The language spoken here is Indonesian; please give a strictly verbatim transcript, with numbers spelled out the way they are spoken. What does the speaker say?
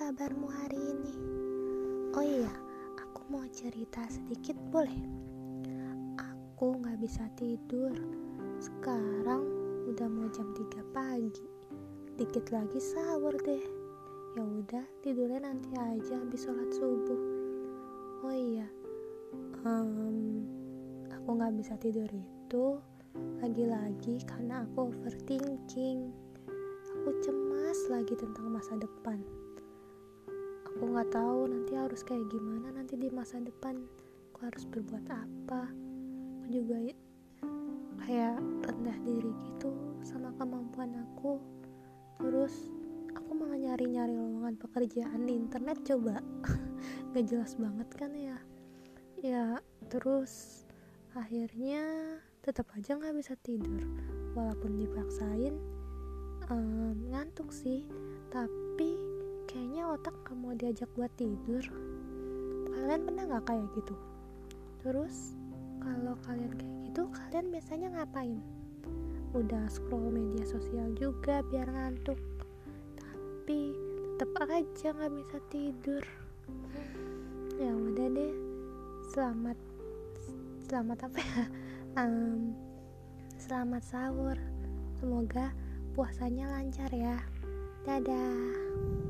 kabarmu hari ini? Oh iya, aku mau cerita sedikit boleh? Aku gak bisa tidur. Sekarang udah mau jam tiga pagi. Dikit lagi sahur deh. Ya udah, tidurnya nanti aja habis sholat subuh. Oh iya, um, aku gak bisa tidur itu lagi-lagi karena aku overthinking. Aku cemas lagi tentang masa depan. Aku gak tahu nanti harus kayak gimana nanti di masa depan. Aku harus berbuat apa. Aku juga kayak rendah diri gitu sama kemampuan aku. Terus aku malah nyari-nyari lowongan pekerjaan di internet coba. Gak jelas banget kan ya. Ya terus akhirnya tetap aja gak bisa tidur. Walaupun dipaksain um, ngantuk sih, tapi kayaknya otak gak mau diajak buat tidur. Kalian pernah gak kayak gitu? Terus kalau kalian kayak gitu, kalian biasanya ngapain? Udah scroll media sosial juga biar ngantuk, tapi tetap aja gak bisa tidur. Ya udah deh, selamat selamat apa ya um, selamat sahur, semoga puasanya lancar ya. Dadah.